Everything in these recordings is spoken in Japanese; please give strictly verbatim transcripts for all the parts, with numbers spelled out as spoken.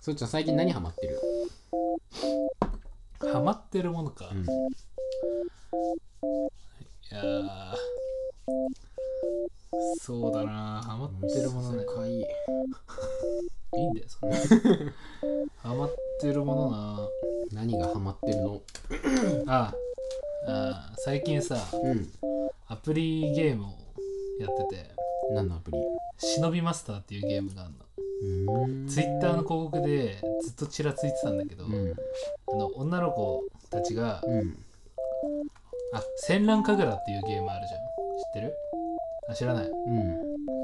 そっちゃん最近何ハマってる？ ハマってるものか、 うん、 いやーそうだな、ハマってるものね。 かわいい。 いいんだよそれハマってるものな。 何がハマってるの？ ああ、最近さ、 うん。 アプリゲームをやってて、 何のアプリ？ 忍びマスターっていうゲームがあるの。 うーん。 ツイッターの広告でずっとちらついてたんだけど、 うん。 あの女の子たちが、 うん。 あ、戦乱神楽っていうゲームあるじゃん。知ってる？あ、知らない。 うん。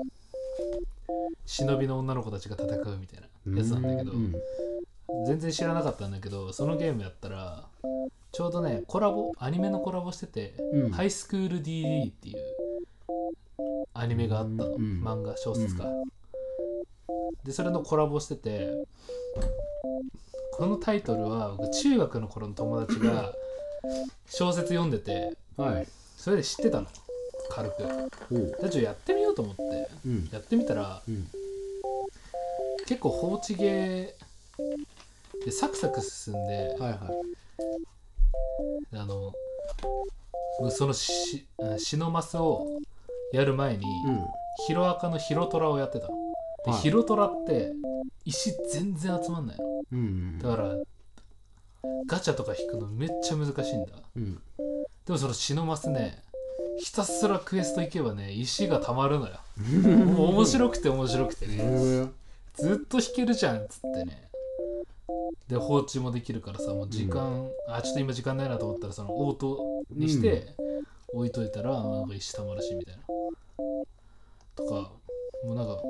忍びの女の子たちが戦うみたいなやつなんだけど、 うん。 全然知らなかったんだけど、そのゲームやったらちょうどね、コラボアニメのコラボしてて、 うん、 ハイスクール ディーディー っていうアニメがあったの、 うん、 漫画小説か、 うん、 でそれのコラボしてて、このタイトルは僕中学の頃の友達が小説読んでて、 はい、 それで知ってたの、軽く。でちょっとやってみようと思って、 うん、 やってみたら、 うん、 結構放置ゲーでサクサク進んで、 はいはい、 あのそのしシノマスをやる前に、 うん、 ヒロアカのヒロトラをやってたので、 はい、 ヒロトラって石全然集まんないの、 うん、 だからガチャとか引くのめっちゃ難しいんだ、 うん、 でもそのシノマスね、ひたすらクエスト行けばね石がたまるのよもう面白くて面白くてね、ずっと弾けるじゃんっつってね。で放置もできるからさ、もう時間、うん、あちょっと今時間ないなと思ったらそのオートにして置いといたら、なんか石たまるしみたいなとか、もうなんか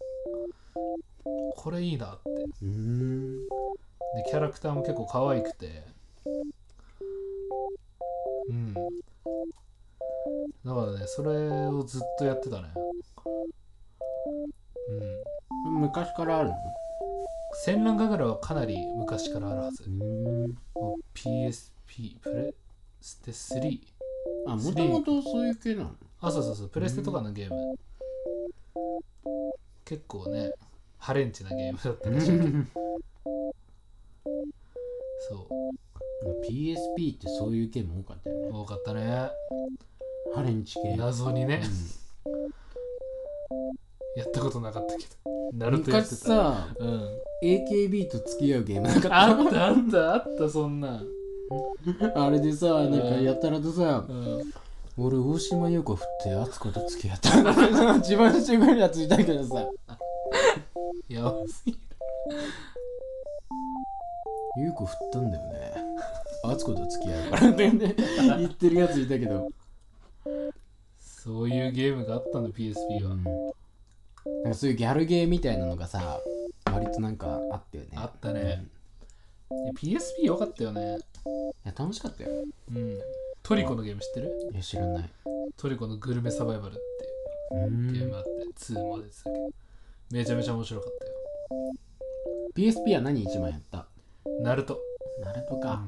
これいいなって。 うーん、 でキャラクターも結構可愛くて、うん、だからねそれをずっとやってたね。 うん、昔からあるの？ 戦乱神楽はかなり昔からあるはず。 うーん、 もう ピーエスピー プレステスリー、 あ、もともとそういう系なの？ あ、そうそうそう、プレステとかのゲーム、結構ねハレンチなゲームだったらしいそうピーエスピー ってそういうゲーム多かったよね。 多かったね、 ハレンチ系。 謎にね、うん、やったことなかったけどナルトやってた。 昔さ、 うん、 エーケービー と付き合うゲームなかった？ あったあったあったそんなあれでさ、なんかやたらとさ、 うん、 俺大島優子振って敦子と付き合った自慢してくるやついたけどさ、 やばすぎる。 優子振ったんだよね、敦子と付き合うからって言ってるやついたけど、 そういうゲームがあったんだ ピーエスピー は、うん、 なんかそういうギャルゲーみたいなのがさ、割となんかあったよね。 あったね、うん、ピーエスピー よかったよね。 いや楽しかったよ。 うん。トリコのゲーム知ってる？ いや知らない。 トリコのグルメサバイバルっていうゲームあってツーまでですけど、めちゃめちゃ面白かったよ。 ピーエスピー は何一番やった？ ナルト。 ナルトか、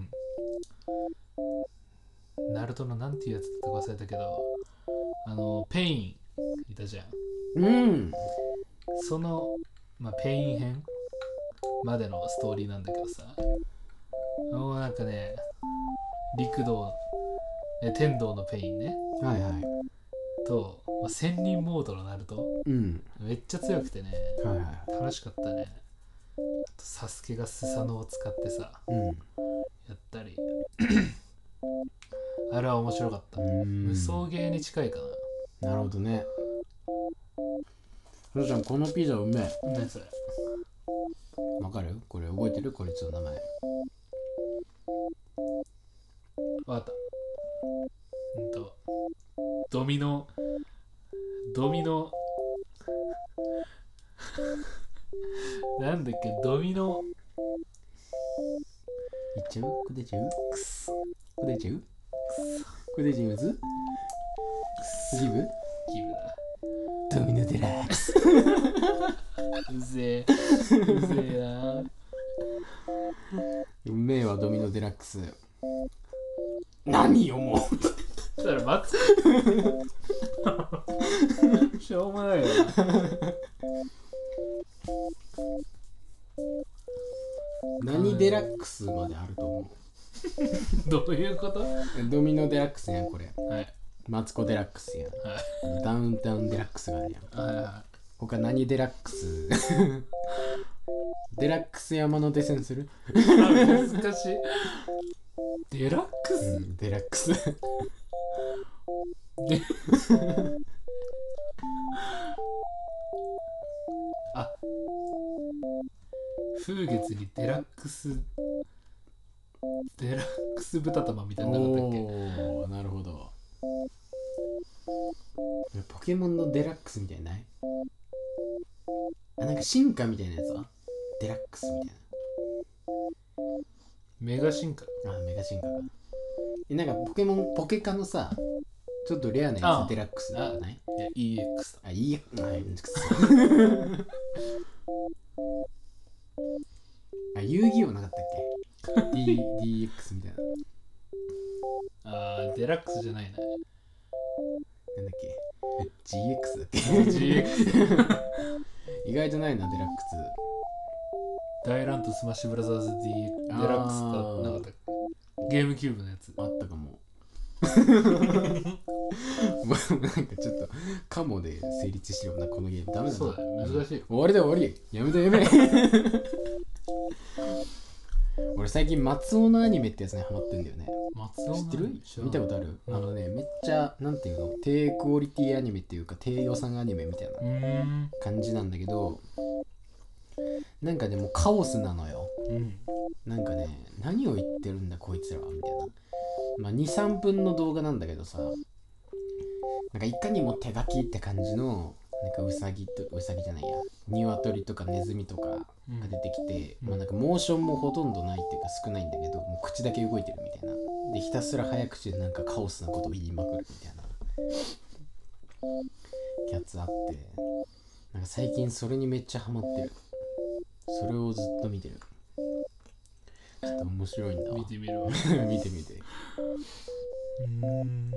うん、ナルトのなんていうやつだったか忘れたけど、あのペインいたじゃん。 うん、 その、まあ、ペイン編までのストーリーなんだけどさ、もうなんかね、陸道え天道のペインね、 はいはい、 と、まあ、千人モードのナルト、 うん、 めっちゃ強くてね、 はいはい、 楽しかったね。あとサスケがスサノを使ってさ、 うん、 やったりあれは面白かった。無双ゲーに近いかな。なるほどね。それじゃん、このピザうめえ。 何それ？ わかる？これ覚えてる？こいつの名前。 わかった。うんとドミノドミノなんだっけ、ドミノいっちゃう？これ出ちゃう？ くそこれ出ちゃう？これ出ちゃいます？ギブ？ ギブだ。 ドミノデラックスうぜえうぜえな。 うめえわ、ドミノデラックス。何よもうだから待つしょうもないよな。 ニデラックスまであると思どういうこと？はう。ドミノデラックスやんこれ。 いマツコデラックスやん。 はいダウンタウンデラックスがあるやん。 はいは他何デラックスデラックス山手線する？ い。あ、難しい。デラックうス、 ん、デラックス。 であ、風月にデラックスデラックス豚玉みたいなのなかったっけ？ おー、なるほど。ポケモンのデラックスみたいなない？あ、なんか進化みたいなやつはデラックスみたいメガ進化。 な。あ、メガ進化か。え、なんかポケモン、ポケカのさ、ちょっとレアなやあつデラックスとかない？ いや イーエックス だ。 あ、いいや。あ、いいくそあ、遊戯王なかったっけ？ D、ディーエックス みたいな。 あー、デラックスじゃないな。 なんだっけ？ ジーエックス だっけ？ ジーエックス意外とないな、デラック大乱闘スマッシュブラザーズ D デあーラックスかなかったっけ？ゲームキューブのやつ。 ス。あったかも。まあなんかちょっとカモで成立してるよな、このゲーム。ダメだな。 そうだよ、難しいよ。 終わりだ終わり。やめてやめ。俺最近松尾のアニメってやつにハマってんだよね。 松尾知ってる？見たことある？ うんあのね、めっちゃなんていうの、低クオリティアニメっていうか低予算アニメみたいなうーん。 感じなんだけど、なんかでもカオスなのよ。 うん。 なんかね、何を言ってるんだこいつらはみたいな。まあに、さんぷんの動画なんだけどさ、なんかいかにも手書きって感じの、なんかウサギと、ウサギじゃないや、鶏とかネズミとかが出てきて、 うんまあなんかモーションもほとんどないっていうか少ないんだけど、もう口だけ動いてるみたいな。で、ひたすら早口でなんかカオスなことを言いまくるみたいなやつあって、なんか最近それにめっちゃハマってる。それをずっと見てる。ちょっと面白いんだわ。 見てみるわ。 見てみて。 うーん。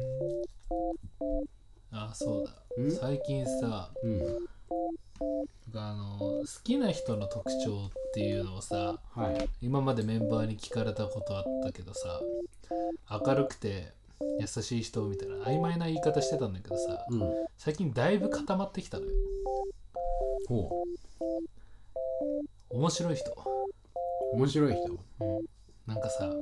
あ、そうだ。 ん最近さ、 うん。 あの好きな人の特徴っていうのをさ、 はい。 今までメンバーに聞かれたことあったけどさ、明るくて優しい人みたいな曖昧な言い方してたんだけどさ、 うん。 最近だいぶ固まってきたのよ。 ほ面白い人。 う。面白い人。 うん。なんかさ、 うん。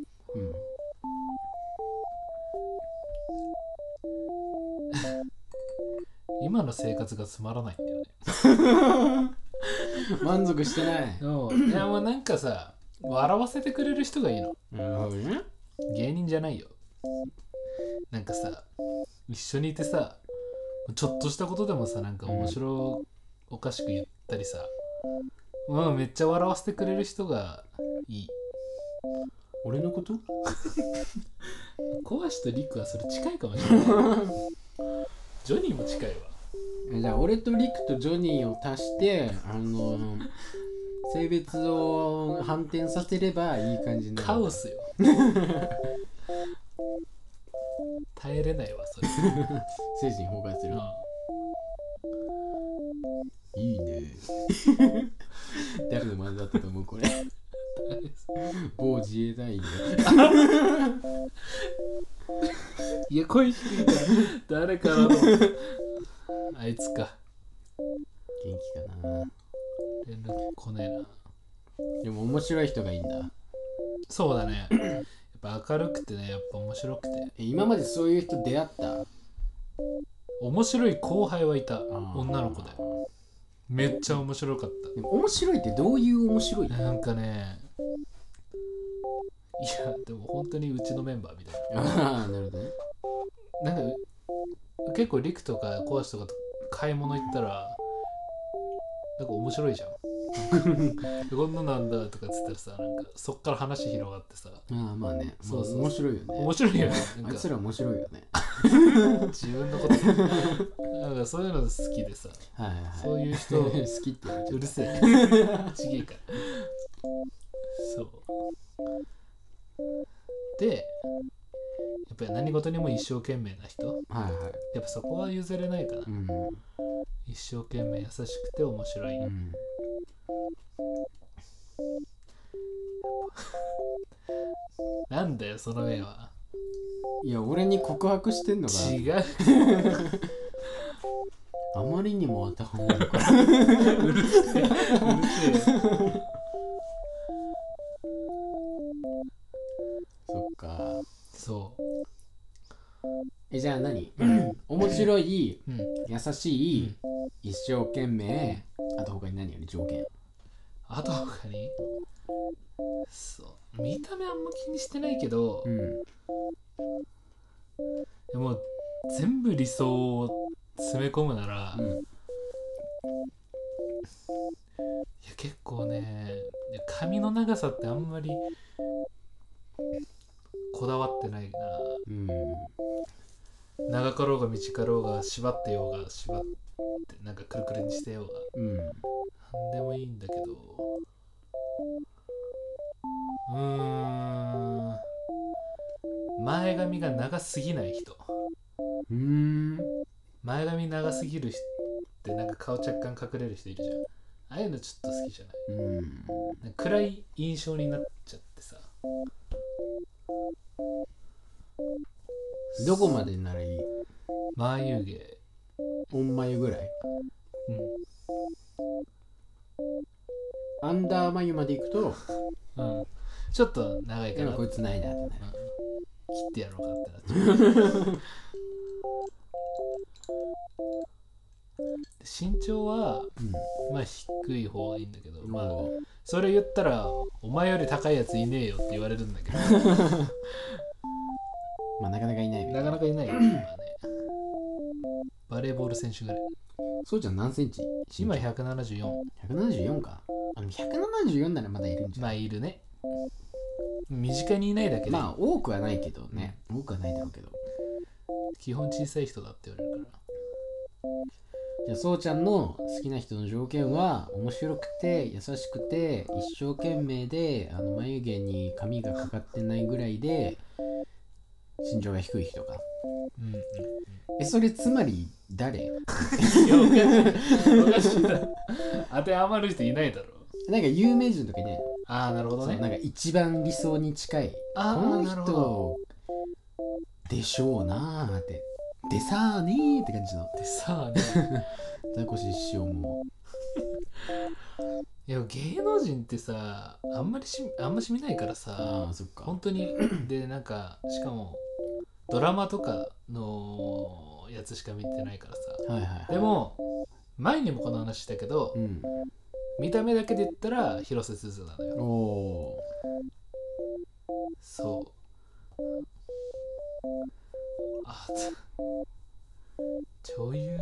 今の生活がつまらないんだよね。 満足してない。 うん。いやもうなんかさ、笑わせてくれる人がいいの。 なるほどね。 芸人じゃないよ。なんかさ、一緒にいてさ、ちょっとしたことでもさ、なんか面白おかしく言ったりさ、うん、めっちゃ笑わせてくれる人がいい。 俺のこと？ 小橋とリクはそれ近いかもしれない。ジョニーも近いわ。 えじゃあ俺とリクとジョニーを足してあの性別を反転させればいい感じになる。 カオスよ。耐えれないわそれ。 精神崩壊する。 ういいね。誰の真似だったと思うこれ。某自衛隊員だ。 ん、いや声低いから誰からのあいつか。 元気かな。 連絡来ねえな。 でも面白い人がいいんだ。 そうだね。やっぱ明るくてね、やっぱ面白くて。 え今までそういう人出会った？ 面白い後輩はいた。 あー女の子で。めっちゃ面白かっでも面白いってどういう面白い？ た。なんかね、いや、でも本当にうちのメンバーみたいああ、なるほどね。 な。なんか結構リクとかコアシとかと買い物行ったら、なんか面白いじゃん。こんななんだとかっつったらさ、なんかそっから話広がってさ、 ああ、まあね。 そうそうそう面白いよね。 面白いよね。なんかあいつら面白いよね。 自分のことなんかそういうの好きでさ、 はいはいはい。 そういう人好きって言われちゃうるせえ。ちげえから。そう。で、やっぱり何事にも一生懸命な人、 う。はいはい。 やっぱそこは譲れないかな。 うん。 一生懸命優しくて面白い。 うん。 なんだよその目は。 いや俺に告白してんのかな。 違う。 あまりにも当てはまるからうるせえうるせえ。 そっか。 そえじゃあ何面白い、 う。うん。 優しい、一生懸命、あと他に何より条件。 あと他に、そう見た目あんま気にしてないけど、 うんでも全部理想を詰め込むなら、いうんや結構ね髪の長さってあんまりこだわってないな。 うん長かろうが短かろうが縛ってようが縛ってなんかくるくるにしてようがうんなんでもいいんだけど、うーん前髪が長すぎない人。 うーん前髪長すぎる人ってなんか顔若干隠れる人いるじゃん。ああいうのちょっと好きじゃない。 うんなんか暗い印象になっちゃってさ。 どこまでならいい？ 眉毛。 おん眉ぐらい？ うんアンダー眉までいくとうんちょっと長いか今な。 こいつないなってなる。 切ってやろうかってなっちゃう。身長はまあ低い方がいいんだけど、 うん、 まあもそれ言ったらお前より高いやついねえよって言われるんだけどうまあなかなかいないみたないかなかいないよ、まあね、バレーボール選手ぐらい。 そうじゃん何センチ？ 今ひゃくななじゅうよん。 ひゃくななじゅうよんか。あのひゃくななじゅうよんならまだいるんじゃまない？ あいるね。身近にいないだけで、 まあ多くはないけどね、多くはないだろうけど。 基本小さい人だって言われるから。 じゃあそうちゃんの好きな人の条件は面白くて優しくて一生懸命で、あの眉毛に髪がかかってないぐらいで身長が低い人か。 うんうん。 えそれつまり誰？ いやおかしいおかしいな。当てはまる人いないだろ。 なんか有名人とかいないの？ ああなるほどね。 そうなんか一番理想に近いあこのあなるほど。 人でしょうなーってでさーねーって感じのでさあね。 ザコシ師匠もいや芸能人ってさあんまりしあんまし見ないからあさあそっか本当にでなんかしかもドラマとかのやつしか見てないからさ。 はいはいはい。 でも前にもこの話したけど、 うん見た目だけで言ったら広瀬すずなのよ。 おおそうあつ女優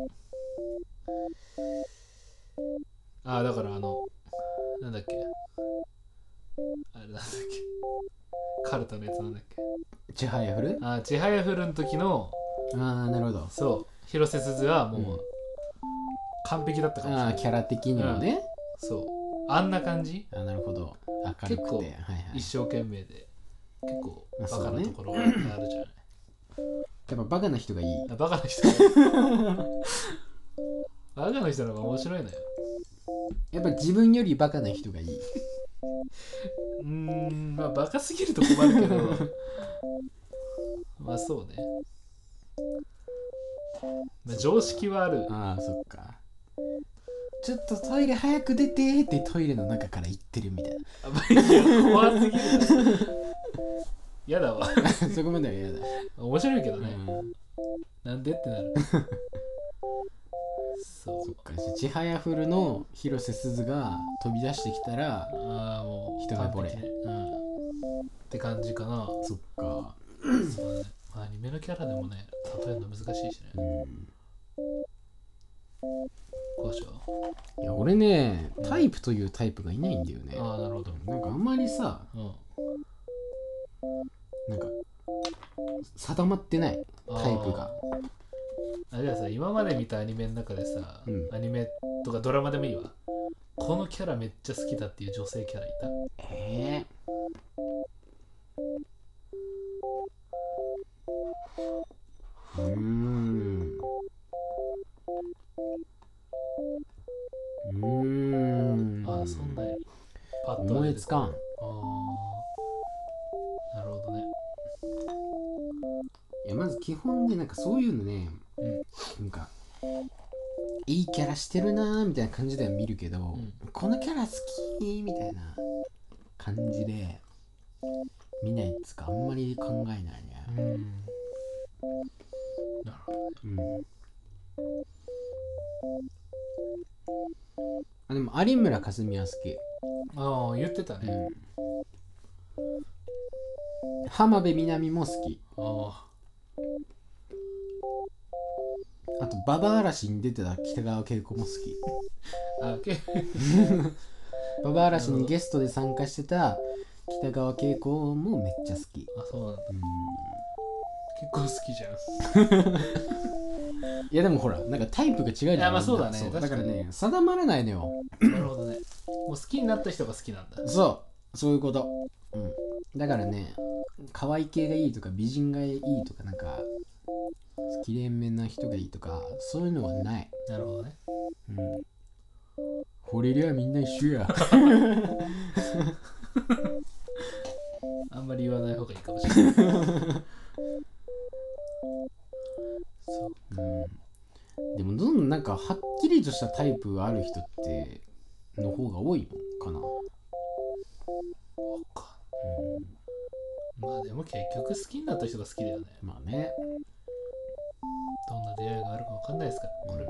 あだからあのなんだっけあれなんだっけカルタのやつなんだっけーちはやふるあちはやふるの時のああなるほど。 そう広瀬すずはもうんう完璧だったかもしれない。 ああキャラ的にもね、 そうあんな感じあなるほど明るくて結構はいはい、 一生懸命で結構バあそうねカなところがあるじゃない。 やっぱバカな人がいい。 あバカな人バカな人の方が面白いのよ。 やっぱ自分よりバカな人がいい。 うーんまあバカすぎると困るけどまあそうね、まあ、常識はある。 ああそっか。ちょっとトイレ早く出てーってトイレの中から言ってるみたいあまあいや怖すぎるやだわなそこまでは嫌だ、 面白いけどね、 うん、 なんでってなるそうそっか。ちはやふるの広瀬すずが飛び出してきたらああもう一目惚れ完璧ねうんって感じかな。 そっか。 そうだね、まあ、アニメのキャラでもね例えるの難しいしね。 うんこうしよいや俺ねタイプというタイプがいないんだよね。 う。ああなるほど。 なんかあんまりさうんなんか定まってないタイプが。 あじゃあさ今まで見たアニメの中でさ、 うんアニメとかドラマでもいいわ、このキャラめっちゃ好きだっていう女性キャラいた？ えー、うーんうーんあそんなにパッと思いつかん。 ああなるほいやまず基本でなんかそういうのね、 うんなんかいいキャラしてるなーみたいな感じでは見るけど、 うん、 このキャラ好きみたいな感じで見ないっつかあんまり考えないね。 うん、なるほど。 うんあでも有村架純は好き。 ああ言ってたね。 うん、浜辺美波も好き。 ああとババ嵐に出てた北川景子も好き。 ああけババ嵐にゲストで参加してた北川景子もめっちゃ好き。 あそうなんだ。 うん結構好きじゃん。 いやでもほらなんかタイプが違うじゃん。 いやまあそうだねそう確かにだからね定まらないのよ。 なるほどね。もう好きになった人が好きなんだ。 そうそういうこと。うんだからね可愛い系がいいとか美人がいいとかなんか綺麗めな人がいいとかそういうのはない。 なるほどね。 うん惚れりゃみんな一緒や。 あんまり言わない方がいいかもしれない。そううんでもどんどんなんかはっきりとしたタイプある人っての方が多いのかな。 か。まあでも結局好きになった人が好きだよね。 まあね。 どんな出会いがあるか分かんないですからこれから。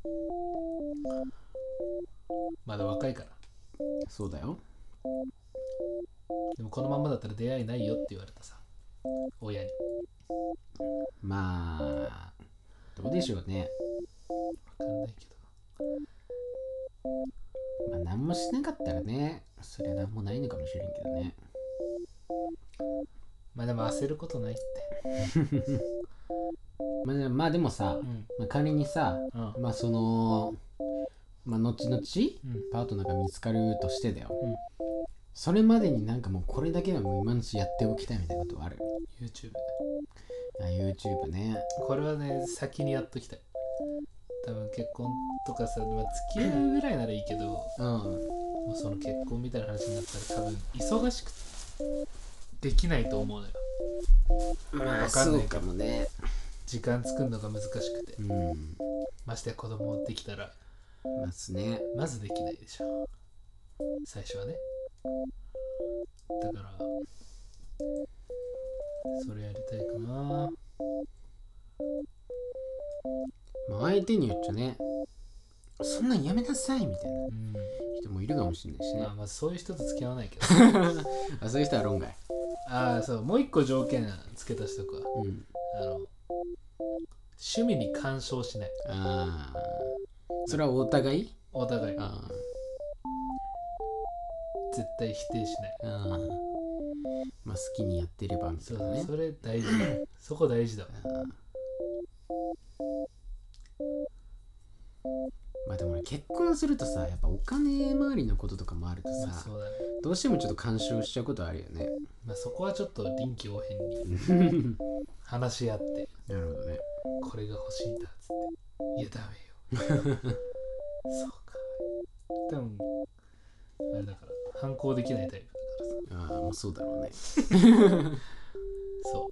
まだ若いから。 そうだよ。 でもこのままだったら出会いないよって言われたさ、親に。 まあどうでしょうね。 分かんないけど。 まあ何もしなかったらねそりゃ何もないのかもしれんけどね。 まあでも焦ることないって。 まあ、まあでもさ、 うんまあ、仮にさうんまあそのまあ後々 うんパートナーが見つかるとしてだよ、 うんそれまでになんかもうこれだけはもう今のうちやっておきたいみたいなことはある。 YouTube あ YouTube ね。 これはね先にやっときたい。多分結婚とかさ、まあ、付き合うぐらいならいいけど、 うんもうその結婚みたいな話になったら多分忙しくてできないと思うのよ。 まあわかんないそうかもね。 時間作るのが難しくて、 うんましてや子供できたらますね。 まずできないでしょ最初はね。だからそれやりたいかな。 まあ相手によっちゃねそんなんやめなさいみたいなうん人もいるかもしれないしね。 まあまあそういう人と付き合わないけどあそういう人は論外。 ああそうもう一個条件つけた人か。 うんあの趣味に干渉しない。 ああそれはお互い。 お互いあ絶対否定しない。 ああまあ好きにやってればみたそいうなね。 それ大事そこ大事だわ。 まあでもね結婚するとさやっぱお金周りのこととかもあるとさ、 まあそうだね。 どうしてもちょっと干渉しちゃうことあるよね。 まあそこはちょっと臨機応変に話し合ってなるほどね。 これが欲しいんだっつっていやダメよそうか多分あれだから反抗できないタイプだからさ。 ああもうそうだろうね。 そう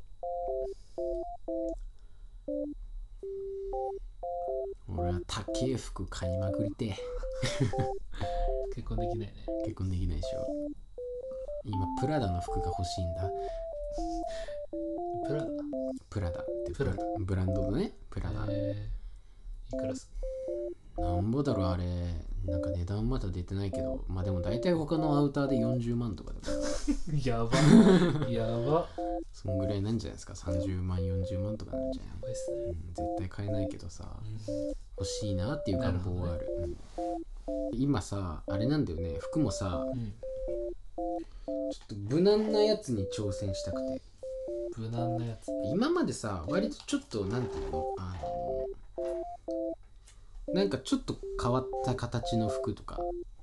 俺は高え服買いまくりて結婚できないね。 結婚できないでしょ。今プラダの服が欲しいんだ。 プラダプラダってプラダブランドのねプラダ、 えー、いくらすなんぼだろあれ。なんか値段まだ出てないけどまあでも大体他のアウターでよんじゅうまんとかだからやばやばそんぐらいなんじゃないですか。さんじゅうまんよんじゅうまんとかなんじゃない、 やばいっすね。 うん、絶対買えないけどさうん欲しいなっていう願望はある。うん今さあれなんだよね服もさうんちょっと無難なやつに挑戦したくて。 無難なやつ。 今までさ割とちょっとなんていうのあのなんかちょっと変わった形の服とか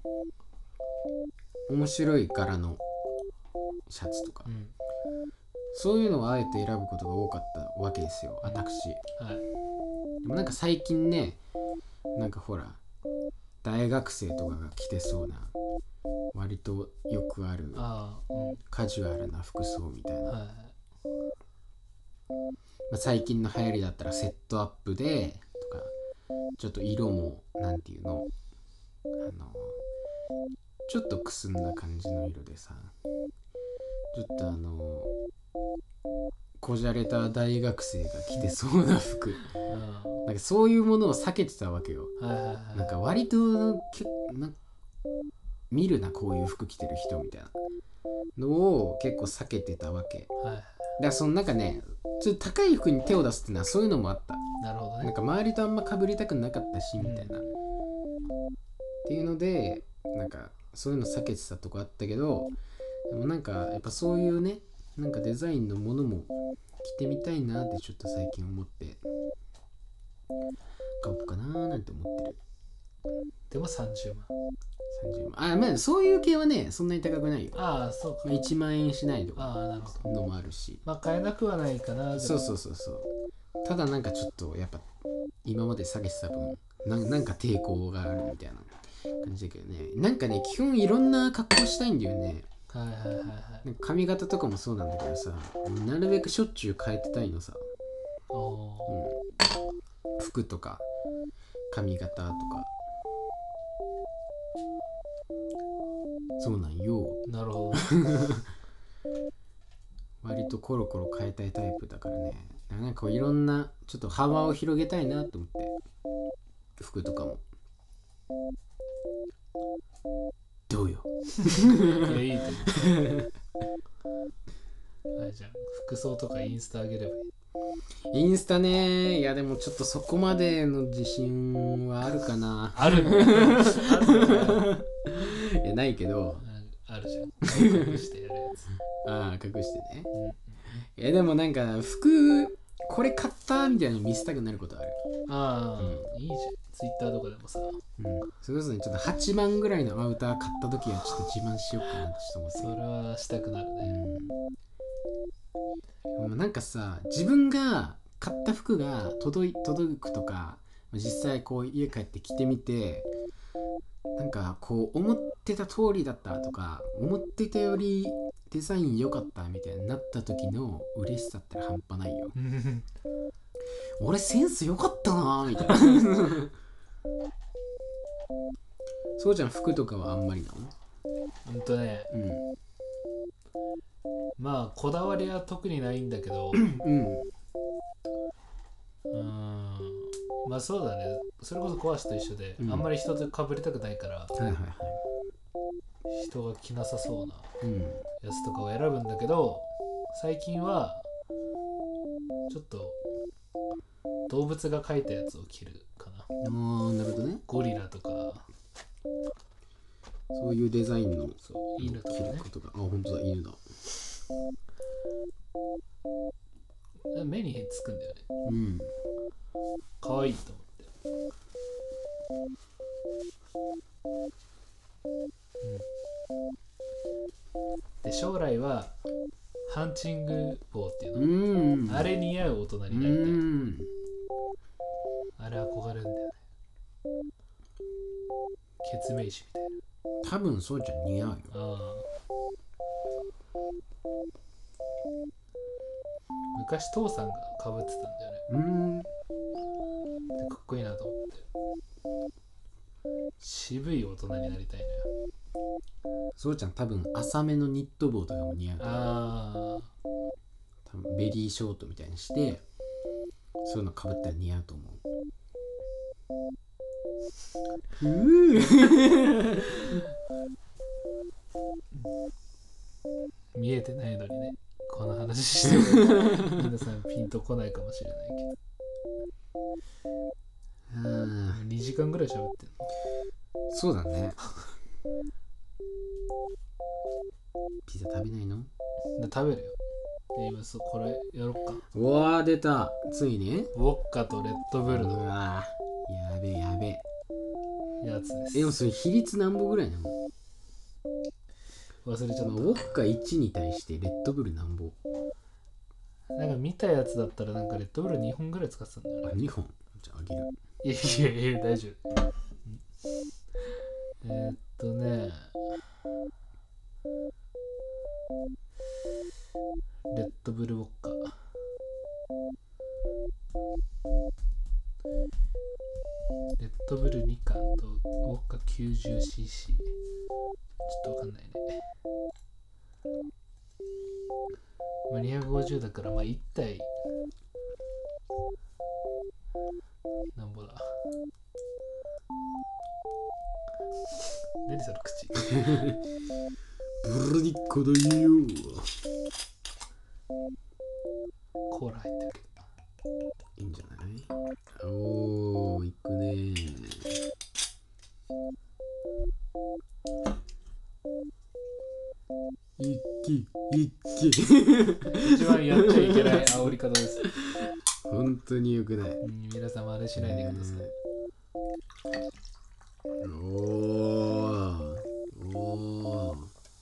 面白い柄のシャツとかうんそういうのをあえて選ぶことが多かったわけですよ私。 はいでもなんか最近ねなんかほら大学生とかが着てそうな割とよくあるああうんカジュアルな服装みたいな、 はいまあ、最近の流行りだったらセットアップでとか、ちょっと色もなんていうの、あのちょっとくすんだ感じの色でさ、ちょっとあのこじゃれた大学生が着てそうな服、 うん、 なんかそういうものを避けてたわけよ。 はいはいはい。 なんか割とけな見るなこういう服着てる人みたいなのを結構避けてたわけ。 はい。 だからそのなんかね、ちょっと高い服に手を出すっていうのはそういうのもあった。 なるほどね。 なんか周りとあんま被りたくなかったしうんみたいな、っていうのでなんかそういうの避けてたとこあったけど、でもなんかやっぱそういうね、なんかデザインのものも着てみたいなってちょっと最近思って買おうかなーなんて思ってる。 でもさんじゅうまん。 さんじゅうまん。あ、まあそういう系はねそんなに高くないよ。 ああ、そうか。 まあ、いちまん円しないとかああ、なるほど。 のもあるし。 まあ買えなくはないかな。 そうそうそうそう。ただなんかちょっとやっぱ今まで下げてた分な、なんか抵抗があるみたいな感じだけどね。なんかね基本いろんな格好したいんだよね。 はいはいはいはい。 なんか髪型とかもそうなんだけどさ、なるべくしょっちゅう変えてたいのさ。 おおうん、服とか髪型とか。そうなんよ。 ー、なるほど。 割とコロコロ変えたいタイプだからね。なんかこういろんなちょっと幅を広げたいなと思って、服とかも。どうよ。 いや、いいと思う。はい、じゃあ服装とかインスタ上げればいい。 インスタね、いやでもちょっとそこまでの自信はあるかな。 あるね。あるね。 いやないけど、 あるじゃん。隠してやるやつ。 ああ隠してね。 うん、 いやでもなんか服これ買ったみたいなの見せたくなることある。 ああ、 うんいいじゃん。ツイッターとかでもさ、 うん。それこそねちょっとはちまんぐらいのアウター買った時はちょっと自慢しようかなってちょっと思ってそれはしたくなるね。 うん。でもなんかさ、自分が買った服が届い届くとか、実際こう家帰って着てみて、なんかこう思ってた通りだったとか思ってたよりデザイン良かったみたいになった時の嬉しさって半端ないよ。俺センス良かったなみたいな。そうじゃん、服とかはあんまりなの？ ほんとね、 うんまあこだわりは特にないんだけど、 うんうーん、まあそうだね。それこそコアシと一緒で、 うんあんまり人と被りたくないから、 はいはいはい人が着なさそうなうんやつとかを選ぶんだけど、最近はちょっと動物が描いたやつを着るかな。 あーなるほどね。 ゴリラとか、 そういうデザインのそう犬とかね着るこ。とが、あ本当だ犬だ。 目につくんだよね。 うん可愛いと思って。で将来はハンチング帽っていううの、 んあれ似合う大人うになりたい。 んあれ憧れるんだよね。ケツメイシみたい多分そうじゃ似合うよ。 な。ああ、昔父さんがかぶってたんだよね。 うんでかっこいいなと思って、渋い大人になりたいのよ。 そうちゃん多分浅めのニット帽とかも似合う。 ああ、 多分ベリーショートみたいにしてそういうのかぶったら似合うと思う。うー見えてないのにね、この話しても皆さんピンとこないかもしれないけど、 あにじかんぐらい喋ってんーそうだね。ピザ食べないの？ の。で食べるよ。で今そうこれやろっか。 うわー出たついに。 ウォッカとレッドブルうのわーやべえやべえ。 やつです。 えでもそれ比率何歩ぐらいなの？ 忘れちゃっまあウォッカいちに対してレッドブル何歩？ た。なんか見たやつだったらなんかレッドブルにほんぐらい使ってたんだよあね。 にほん。じゃああげる。 いやいやいや大丈夫。えー、っとねレッドブルウォッカドブルに缶とウォッカ きゅうじゅうシーシー。 ちょっとわかんないね。まあ、にひゃくごじゅうだからまあいち体なんぼだ。何その口。 ブルディッコだよ。 コーラ入ってるけど。 いいんじゃない？おー、いくねー。いき、いき。 一番やっちゃいけない煽り方です。 本当によくない。 うん、皆様あれしないでください。 おー、おー。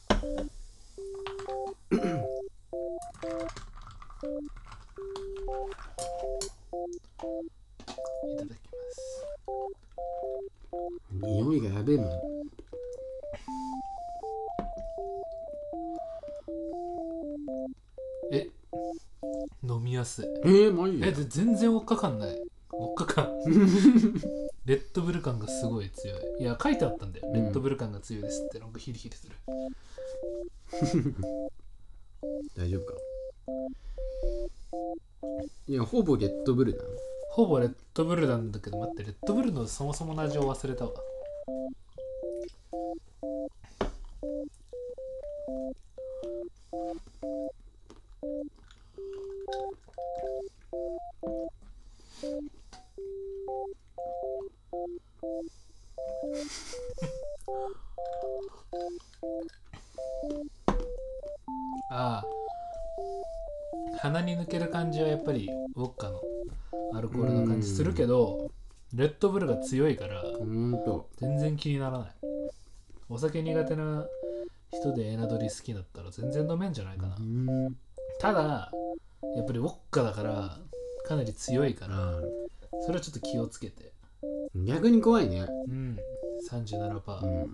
いただきます。 匂いがやべえもん。 え、飲みやすい。 えー、マジで？ え、で全然おっかかんない。おっかかん。レッドブル感がすごい強い。いや、書いてあったんだよ。レッドブル感が強いですって。なんかヒリヒリする。 大丈夫か？いや、ほぼレッドブルなの。 ほぼレッドブルなんだけど、待って、レッドブルのそもそもの味を忘れたわ。ああ、鼻に抜ける感じはやっぱりウォッカのアルコールの感じするけど、レッドブルが強いからほんと全然気にならない。お酒苦手な人でエナドリ好きだったら全然飲めんじゃないかな。 うん。 ただやっぱりウォッカだからかなり強いからそれはちょっと気をつけて。 逆に怖いね。 うん、さんじゅうななパーセント、 うん、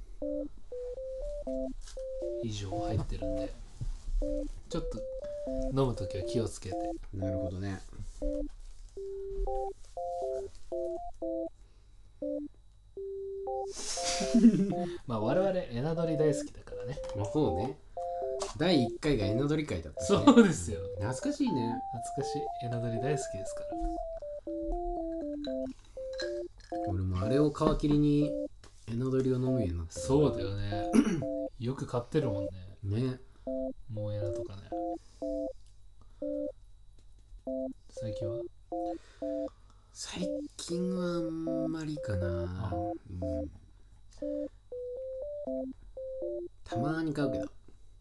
以上入ってるんでちょっと飲むときは気をつけて。 なるほどね。 まあ我々エナドリ大好きだからね。 まあそうね。だいいっかいがエナドリ会だったし、ね、 そうですよ。 懐かしいね。 懐かしい。エナドリ大好きですから。 俺もあれを皮切りにエナドリを飲むようになった。 そうだよね。よく買ってるもんね。 ね。 もうエナとかね。最近は最近はあんまりかな。うん、たまーに買うけど。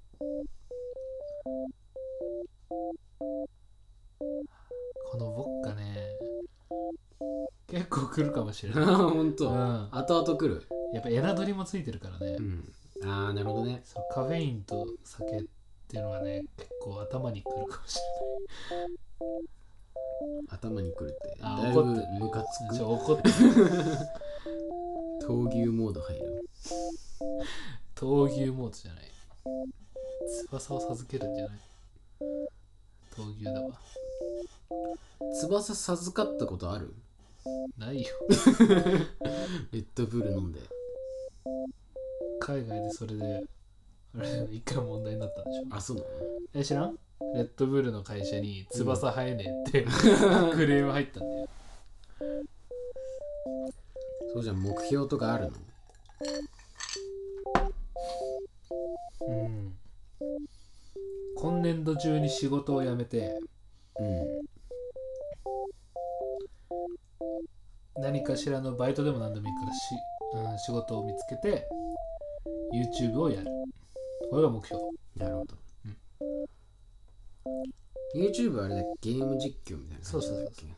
このウォッカね結構来るかもしれない。 ほんと、 うん、 後々来る。 やっぱエナドリもついてるからね、 うん、ああなるほどね。 そうカフェインと酒っていうのはね結構頭にくるかもしれない。 頭に来るってあだいぶ怒ってるムカつく。 ちょ怒ってる。 闘牛モード入る。 闘牛モードじゃない、翼を授けるんじゃない、闘牛だわ。 翼授かったことある？ ないよ。 レッドブル飲んで。 海外でそれであれ一回問題になったんでしょ。 あ、そうなの？ え、知らん？レッドブルの会社に翼生えねえってクレーム入ったんだよ。 そうじゃん、目標とかあるの？ うん。今年度中に仕事を辞めて、 うん、 何かしらのバイトでも何でもいいからし、うん、仕事を見つけて YouTube をやる。これが目標。 なるほど。 うん、 YouTube あれだっけ、ゲーム実況みたいな感じだっけ？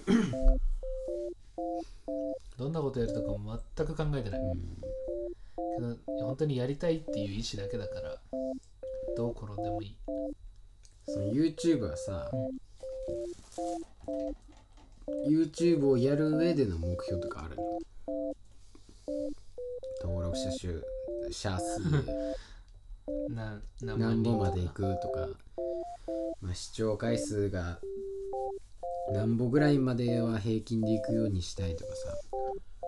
どんなことやるとかも全く考えてない、うん、けど本当にやりたいっていう意思だけだからどう転んでもいい。 その YouTube はさ、うん、YouTube をやる上での目標とかあるの？登録者数者数な何本までいくとか、まあ、視聴回数が何本ぐらいまでは平均でいくようにしたいとかさ。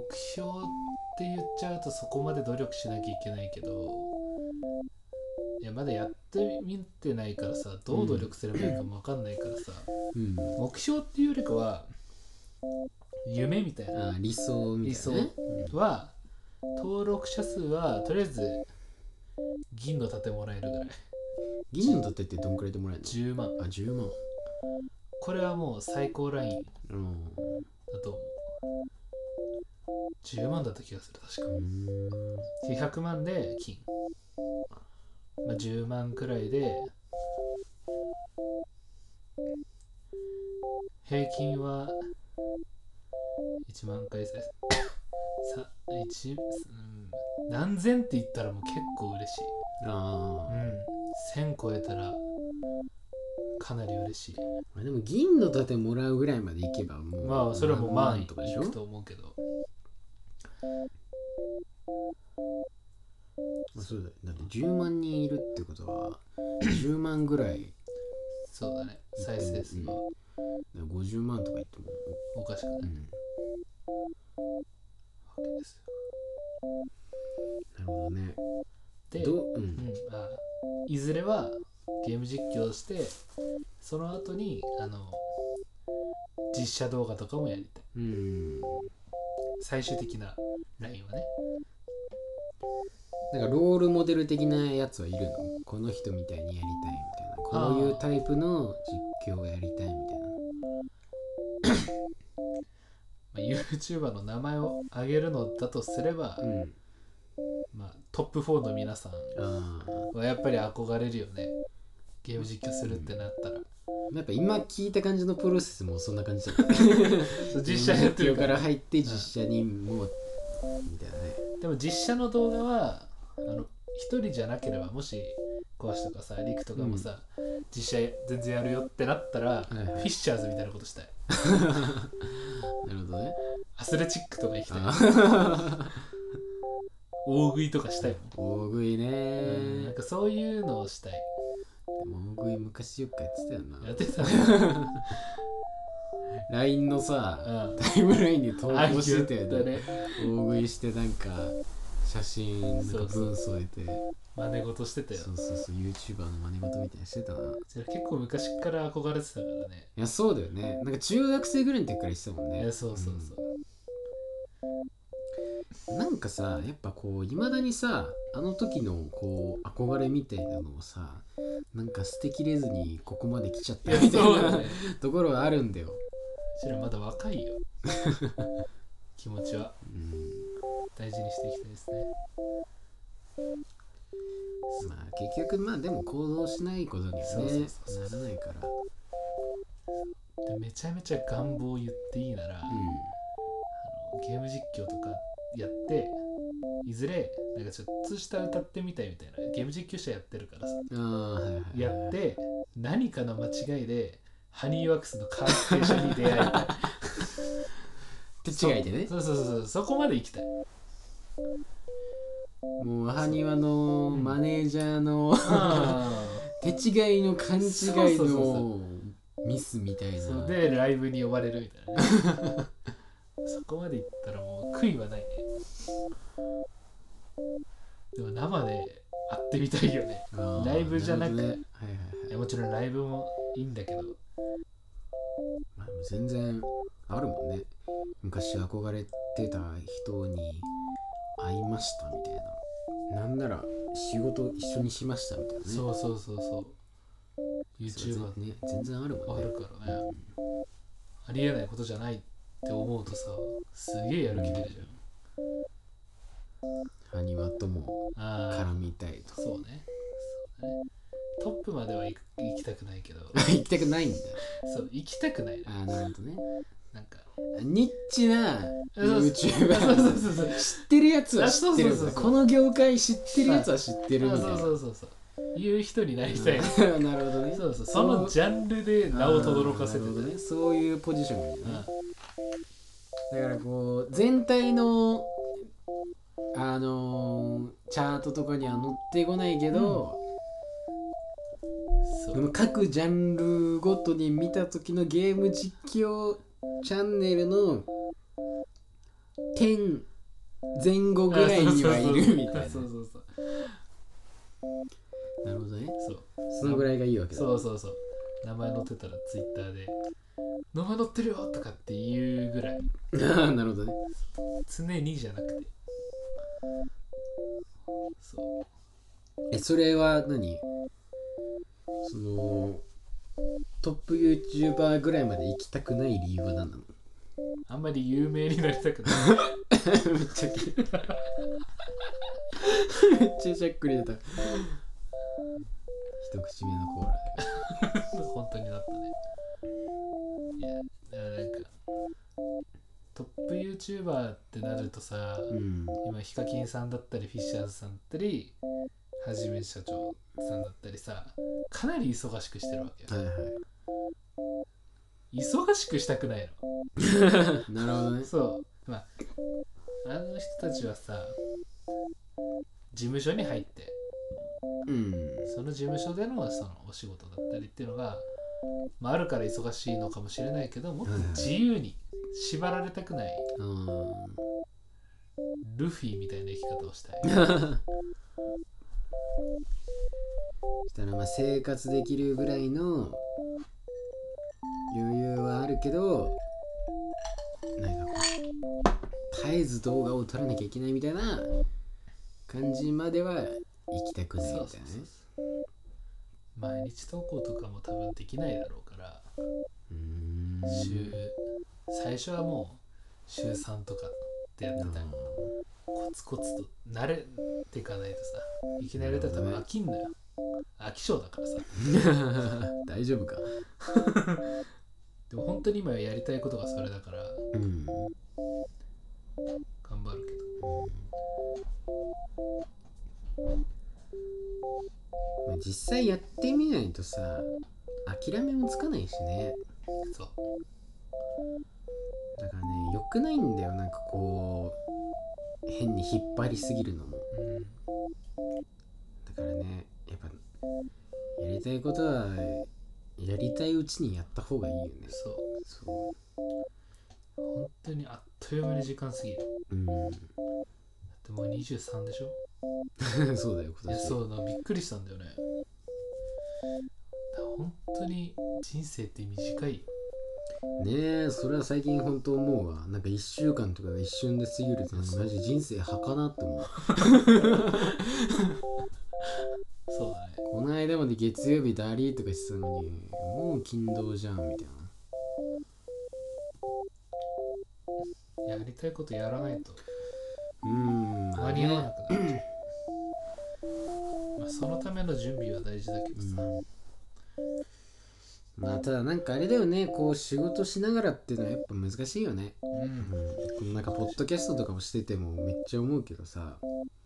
標って言っちゃうとそこまで努力しなきゃいけないけど、いやまだやってみてないからさ、どう努力すればいいかも分かんないからさ、 うん、 目標っていうよりかは夢みたいな、 あ理想みたいな、ね、 理想は、うん、登録者数はとりあえず銀の盾もらえるぐらい。 銀の盾ってどんくらいでもらえるの？ じゅうまん。 あ、じゅうまん。 これはもう最高ラインだうん、 と思う。じゅうまんだった気がする、確か。 うーん、 ひゃくまんで金、まあ、じゅうまんくらいで、平均はいちまん回再生さいち、うん、何千って言ったらもう結構嬉しい。 ああ、 うん、せん超えたらかなり嬉しい。 まあ、でも銀の盾もらうぐらいまでいけばもう、 まあそれはもう万いとかでしょ。 くと思うけど、 まあ、そうだよ。だってじゅうまん人いるってことはじゅうまんぐらい、 そうだね、再生数は、 うん、ごじゅうまんとか言ってもおかしくない、 うん、 わけですなるほどね。 で、 どう、うんうん、あいずれはゲーム実況してその後にあの実写動画とかもやりたい。 うん、 最終的なラインはね。 なんかロールモデル的なやつはいるの？この人みたいにやりたいみたいな、こういうタイプの実況をやりたいみたいな。 まあ、YouTuber の名前を挙げるのだとすれば、 うん、 まあ、トップフォーの皆さんあはやっぱり憧れるよね、ゲーム実況するってなったら。 やっぱ今聞いた感じのプロセスもそんな感じだったそう実写やってるから、から入って実写にもう、うん、みたいなね。 でも実写の動画はあの一人じゃなければ、もしコアシとかさリクとかもさ、うん、実写全然やるよってなったら、はいはい、フィッシャーズみたいなことしたい。 なるほどね。 アスレチックとか行きたい。大食いとかしたいもん。大食いね、 うん、なんかそういうのをしたい。 でも大食い昔よくやってたよな。 やってたね。 ライン のさ、うん、タイムラインに投稿してたよね。大食いしてなんか写真なんか文添えて真似事してたよ。 そうそうそう、 YouTuber の真似事みたいにしてたな。 それ結構昔から憧れてたからね。 いやそうだよね、なんか中学生ぐらいの時からしてたもんね。 いやそうそうそう、 うん、なんかさやっぱこういまだにさあの時のこう憧れみたいなのをさなんか捨てきれずにここまで来ちゃったみたいな、ね、ところはあるんだよ。 うちらまだ若いよ。気持ちは、うん、大事にしていきたいですね。 まあ結局まあでも行動しないことにはねならないから。 でめちゃめちゃ願望を言っていいなら、うん、あのゲーム実況とかやっていずれなんかちょっとした歌ってみたいみたいなゲーム実況者やってるからさ、 あ、はいはいはい、 やって何かの間違いでハニーワックスの関係者に出会いたい。 手違いでね。 そうそうそうそう、そこまで行きたい。 もうハニワのマネージャーの、うん、手違いの勘違いのミスみたいな。 そうでライブに呼ばれるみたいな、ね、そこまで行ったらもう悔いはないね。でも生で会ってみたいよね。ライブじゃなく、ね、はいはいはい、もちろんライブもいいんだけど、 まあ、全然あるもんね。昔憧れてた人に会いましたみたいな、なんなら仕事一緒にしましたみたいなね。 そうそうそうそう、 YouTuber ね全然あるもんね。 あるからね、うん、ありえないことじゃないって思うとさ、すげえやる気出るじゃん。 ハニワとも絡みたいと。 そうね、そうね、トップまでは行きたくないけど。 行きたくないんだ。 そう行きたくない。 ああなるほどね。 なんかニッチな YouTuber 知ってるやつは知ってるんだ。この業界知ってるやつは知ってるみたいな。 そうそうそうそう、いう人になりたい。 なるほどね。 そうそう、そのジャンルで名を轟かせてる、ね、そういうポジションがいいね。だからこう全体のあのー、チャートとかには載ってこないけど、うん、その各ジャンルごとに見た時のゲーム実況チャンネルの点前後ぐらいにはいるみたいな。 そうそうそうなるほどね。 そうそのぐらいがいいわけだ。 そうそうそう名前載ってたらツイッターで名前載ってるよとかって言うぐらいなるほどね。 常にじゃなくてそうえ、それは何そのトップ YouTuber ぐらいまで行きたくない理由は何なの？ あんまり有名になりたくないめっちゃきめっちゃしゃっくり出た。一口目のコーラ本当になったね。いやだからなんかトップ YouTuber ってなるとさ、 うん、 今ヒカキンさんだったりフィッシャーズさんだったりはじめ社長さんだったりさかなり忙しくしてるわけよ。 はいはい忙しくしたくないなるほどね。 の。そうまああの人たちはさ事務所に入ってうん、 その事務所でのそのお仕事だったりっていうのが、まあ、あるから忙しいのかもしれないけどもっと自由に縛られたくない、 あールフィみたいな生き方をしたい。 したらまあ生活できるぐらいの余裕はあるけど、なんかこう絶えず動画を撮らなきゃいけないみたいな感じまでは行きたくないみたいなね。 そうそうそう毎日投稿とかも多分できないだろうからうーん週最初はもう週さんとかってやってたよ。コツコツと慣れていかないとさいきなりやったら多分飽きんのよ。飽き性だからさ。 大丈夫か。 でも本当に今やりたいことがそれだからうん頑張るけまあ、実際やってみないとさ諦めもつかないしね。 どそうだからね良くないんだよ、なんかこう変に引っ張りすぎるのも。 うんだからねやっぱやりたいことはやりたいうちにやった方がいいよね。 そうそ本当にあっという間に時間過ぎる。 ううんだってもうにじゅうさんでしょ。 そうだよ今いや年。 そうなびっくりしたんだよね。だから本当に人生って短いよ。 ねえ、それは最近本当思うわ。なんかいっしゅうかんとかが一瞬で過ぎるとマジ人生儚って思う。 そうだね。 この間まで月曜日だりとかしてたのにもう勤労じゃんみたいな。 やりたいことやらないとうーん間に合わなくなっちゃう。まあそのための準備は大事だけどさ、 まあただなんかあれだよね、こう仕事しながらっていうのはやっぱ難しいよね。 うんうん、このなんかポッドキャストとかもしててもめっちゃ思うけどさ、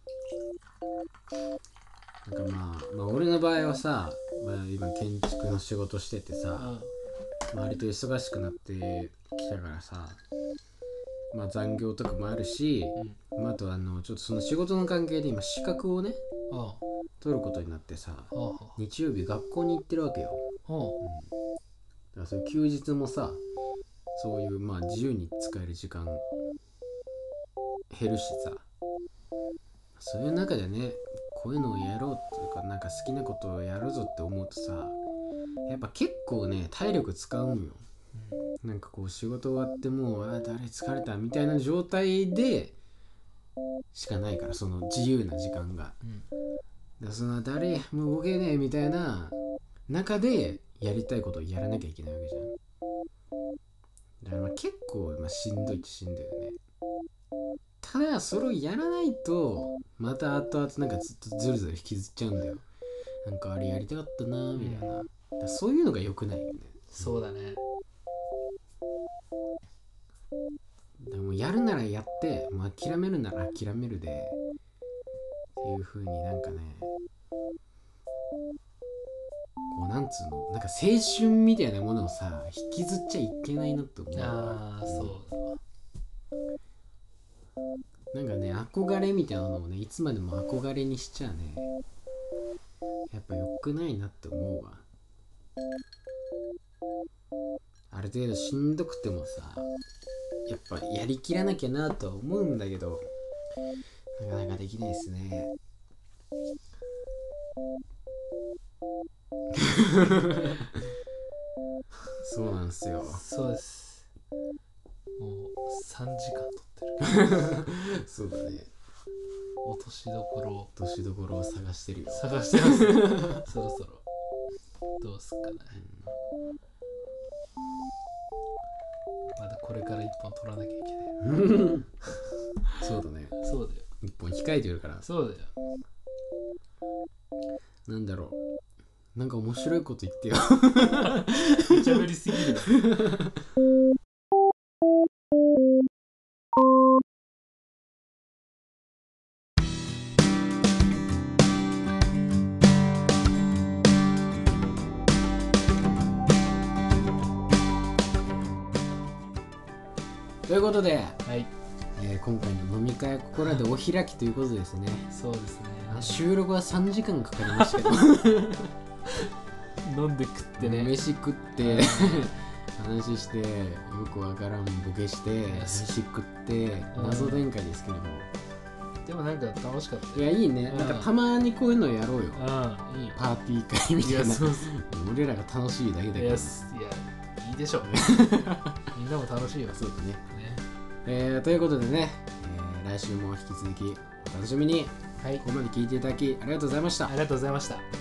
なんかまあ、まあ俺の場合はさ、まあ、今建築の仕事しててさ、割と忙しくなってきたからさ、まあ残業とかもあるし、 うんまあ、あとあのちょっとその仕事の関係で今資格をねあ取ることになってさ、 あああ日曜日学校に行ってるわけよ。 ああだからそういう休日もさ、そういうまあ自由に使える時間減るしさ、そういう中でねこういうのをやろうっていうか、なんか好きなことをやるぞって思うとさ、やっぱ結構ね体力使うんよ。なんかこう仕事終わってもうあーだれ疲れたみたいな状態でしかないから、その自由な時間が。 うんだからその誰もう動けねえみたいな中でやりたいことをやらなきゃいけないわけじゃん。だからまあ結構まあしんどいっちゃしんどいよね。ただそれをやらないとまた後々なんかずっとずるずる引きずっちゃうんだよ。なんかあれやりたかったなみたいな。だからそういうのが良くないよね。 そうだね。 でもやるならやって、もう諦めるなら諦めるでっていう風になんかね、こうなんつうの、なんか青春みたいなものをさ引きずっちゃいけないなって思う。 ああそうだわ。 なんかね憧れみたいなのをねいつまでも憧れにしちゃねやっぱ良くないなって思うわ。ある程度しんどくてもさやっぱやりきらなきゃなとは思うんだけど、なかなかできないですね。そうなんですよ。 そうです。もうさんじかん撮ってる。 そうだね。 落としどころを落としどころを探してるよ。 探してます、ね、そろそろどうすっかね、うん、まだこれから一本取らなきゃいけない。 そうだね。 そうだよ。 一本控えてるから。 そうだよ。 なんだろう。なんか面白いこと言ってよ。 無茶ぶりすぎる。 ということで、 はい、 えー、今回の飲み会はここらでお開きということですね。 そうですね。 収録はさんじかんかかりましたけど飲んで食ってね、 飯食って話してよくわからんボケして飯食って謎展開ですけれども、 でもなんか楽しかった。 いやいいね、なんかたまにこういうのやろうよ。 うん、いいよ。 パーティー会みたいな。 いやそうそう俺らが楽しいだけだけど。 いや、いやいいでしょう。みんなも楽しいよ。 そうだね。 ね、 えー、ということでね、えー、来週も引き続きお楽しみに。 はい、 ここまで聞いていただきありがとうございました。 ありがとうございました。